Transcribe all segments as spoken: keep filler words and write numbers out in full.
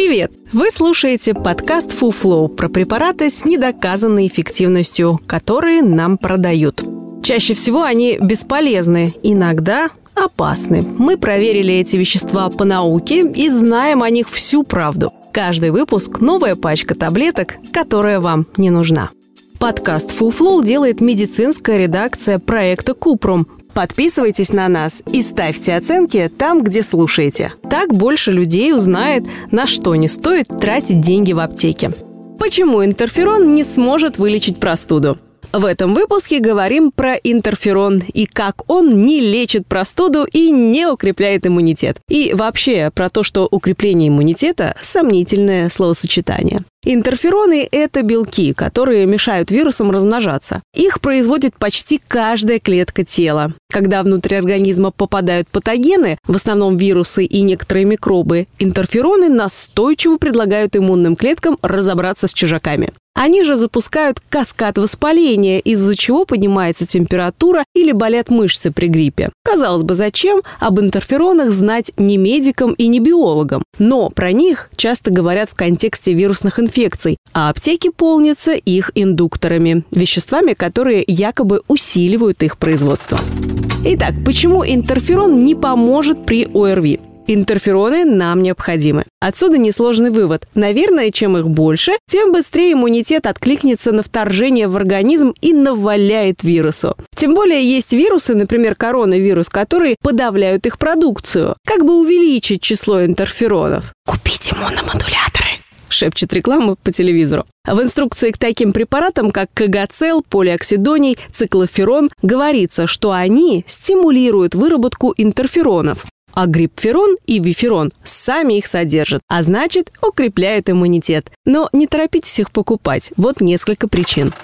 Привет! Вы слушаете подкаст Фуфлоу про препараты с недоказанной эффективностью, которые нам продают. Чаще всего они бесполезны, иногда опасны. Мы проверили эти вещества по науке и знаем о них всю правду. Каждый выпуск – новая пачка таблеток, которая вам не нужна. Подкаст Фуфлоу делает медицинская редакция проекта Купрум. Подписывайтесь на нас и ставьте оценки там, где слушаете. Так больше людей узнает, на что не стоит тратить деньги в аптеке. Почему интерферон не сможет вылечить простуду? В этом выпуске говорим про интерферон и как он не лечит простуду и не укрепляет иммунитет. И вообще про то, что укрепление иммунитета – сомнительное словосочетание. Интерфероны – это белки, которые мешают вирусам размножаться. Их производит почти каждая клетка тела. Когда внутрь организма попадают патогены, в основном вирусы и некоторые микробы, интерфероны настойчиво предлагают иммунным клеткам разобраться с чужаками. Они же запускают каскад воспаления, из-за чего поднимается температура или болят мышцы при гриппе. Казалось бы, зачем об интерферонах знать не медикам и не биологам? Но про них часто говорят в контексте вирусных инфекций, а аптеки полнятся их индукторами, веществами, которые якобы усиливают их производство. Итак, почему интерферон не поможет при ОРВИ? Интерфероны нам необходимы. Отсюда несложный вывод. Наверное, чем их больше, тем быстрее иммунитет откликнется на вторжение в организм и наваляет вирусу. Тем более есть вирусы, например, коронавирус, которые подавляют их продукцию. Как бы увеличить число интерферонов? Купите иммуномодуляторы, шепчет реклама по телевизору. В инструкции к таким препаратам, как Кагацел, полиоксидоний, циклоферон, говорится, что они стимулируют выработку интерферонов. А гриппферон и виферон сами их содержат, а значит, укрепляют иммунитет. Но не торопитесь их покупать. Вот несколько причин.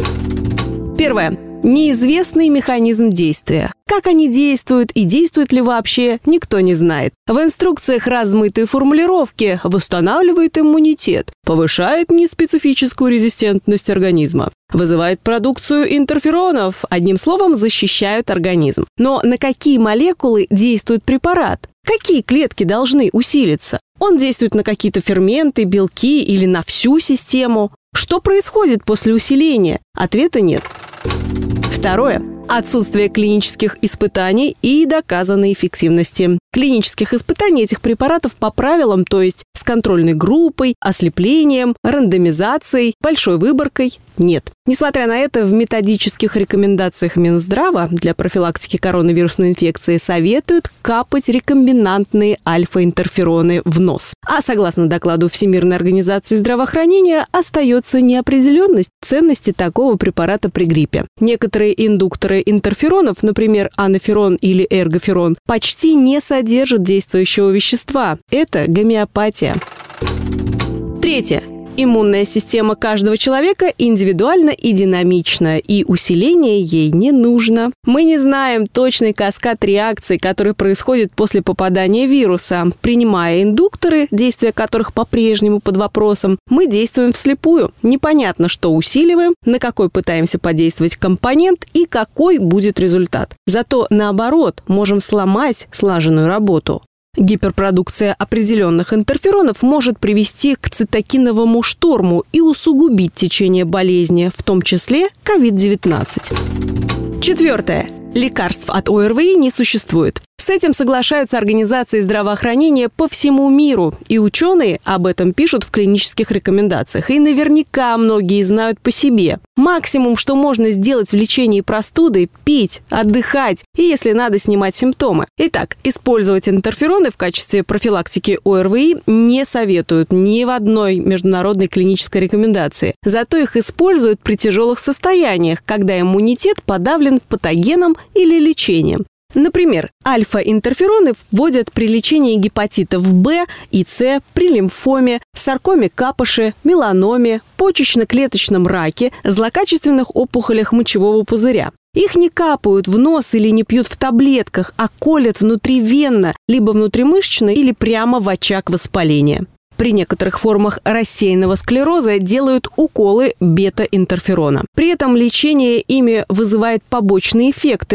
Первое. Неизвестный механизм действия. Как они действуют и действуют ли вообще, никто не знает. В инструкциях размытые формулировки: восстанавливает иммунитет, повышает неспецифическую резистентность организма, вызывает продукцию интерферонов, одним словом, защищают организм. Но на какие молекулы действует препарат? Какие клетки должны усилиться? Он действует на какие-то ферменты, белки или на всю систему? Что происходит после усиления? Ответа нет. Второе. Отсутствие клинических испытаний и доказанной эффективности. Клинических испытаний этих препаратов по правилам, то есть с контрольной группой, ослеплением, рандомизацией, большой выборкой, нет. Несмотря на это, в методических рекомендациях Минздрава для профилактики коронавирусной инфекции советуют капать рекомбинантные альфа-интерфероны в нос. А согласно докладу Всемирной организации здравоохранения, остается неопределенность ценности такого препарата при гриппе. Некоторые индукторы интерферонов, например, анаферон или эргоферон, почти не содержат действующего вещества. Это гомеопатия. Третье. Иммунная система каждого человека индивидуальна и динамична, и усиление ей не нужно. Мы не знаем точный каскад реакций, который происходит после попадания вируса. Принимая индукторы, действия которых по-прежнему под вопросом, мы действуем вслепую. Непонятно, что усиливаем, на какой пытаемся подействовать компонент и какой будет результат. Зато, наоборот, можем сломать слаженную работу. Гиперпродукция определенных интерферонов может привести к цитокиновому шторму и усугубить течение болезни, в том числе ковид девятнадцать. Четвертое. Лекарств от ОРВИ не существует. С этим соглашаются организации здравоохранения по всему миру, и ученые об этом пишут в клинических рекомендациях. И наверняка многие знают по себе. Максимум, что можно сделать в лечении простуды – пить, отдыхать и, если надо, снимать симптомы. Итак, использовать интерфероны в качестве профилактики ОРВИ не советуют ни в одной международной клинической рекомендации. Зато их используют при тяжелых состояниях, когда иммунитет подавлен патогеном или лечением. Например, альфа-интерфероны вводят при лечении гепатитов В и С, при лимфоме, саркоме Капоши, меланоме, почечно-клеточном раке, злокачественных опухолях мочевого пузыря. Их не капают в нос или не пьют в таблетках, а колят внутривенно, либо внутримышечно или прямо в очаг воспаления. При некоторых формах рассеянного склероза делают уколы бета-интерферона. При этом лечение ими вызывает побочные эффекты,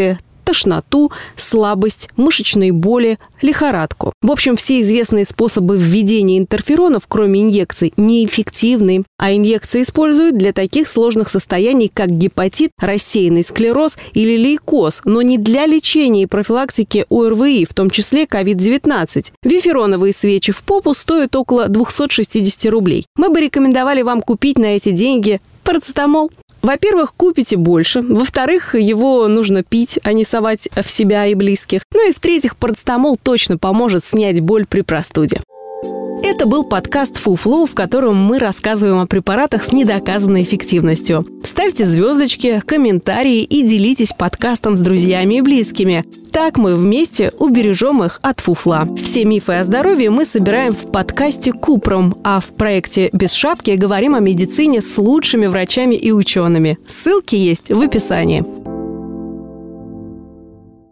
тошноту, слабость, мышечные боли, лихорадку. В общем, все известные способы введения интерферонов, кроме инъекций, неэффективны. А инъекции используют для таких сложных состояний, как гепатит, рассеянный склероз или лейкоз, но не для лечения и профилактики ОРВИ, в том числе ковид девятнадцать. Вифероновые свечи в попу стоят около двести шестьдесят рублей. Мы бы рекомендовали вам купить на эти деньги парацетамол. Во-первых, купите больше. Во-вторых, его нужно пить, а не совать в себя и близких. Ну и в-третьих, парацетамол точно поможет снять боль при простуде. Это был подкаст «Фуфло», в котором мы рассказываем о препаратах с недоказанной эффективностью. Ставьте звездочки, комментарии и делитесь подкастом с друзьями и близкими. Так мы вместе убережем их от фуфла. Все мифы о здоровье мы собираем в подкасте «Купром», а в проекте «Без шапки» говорим о медицине с лучшими врачами и учеными. Ссылки есть в описании.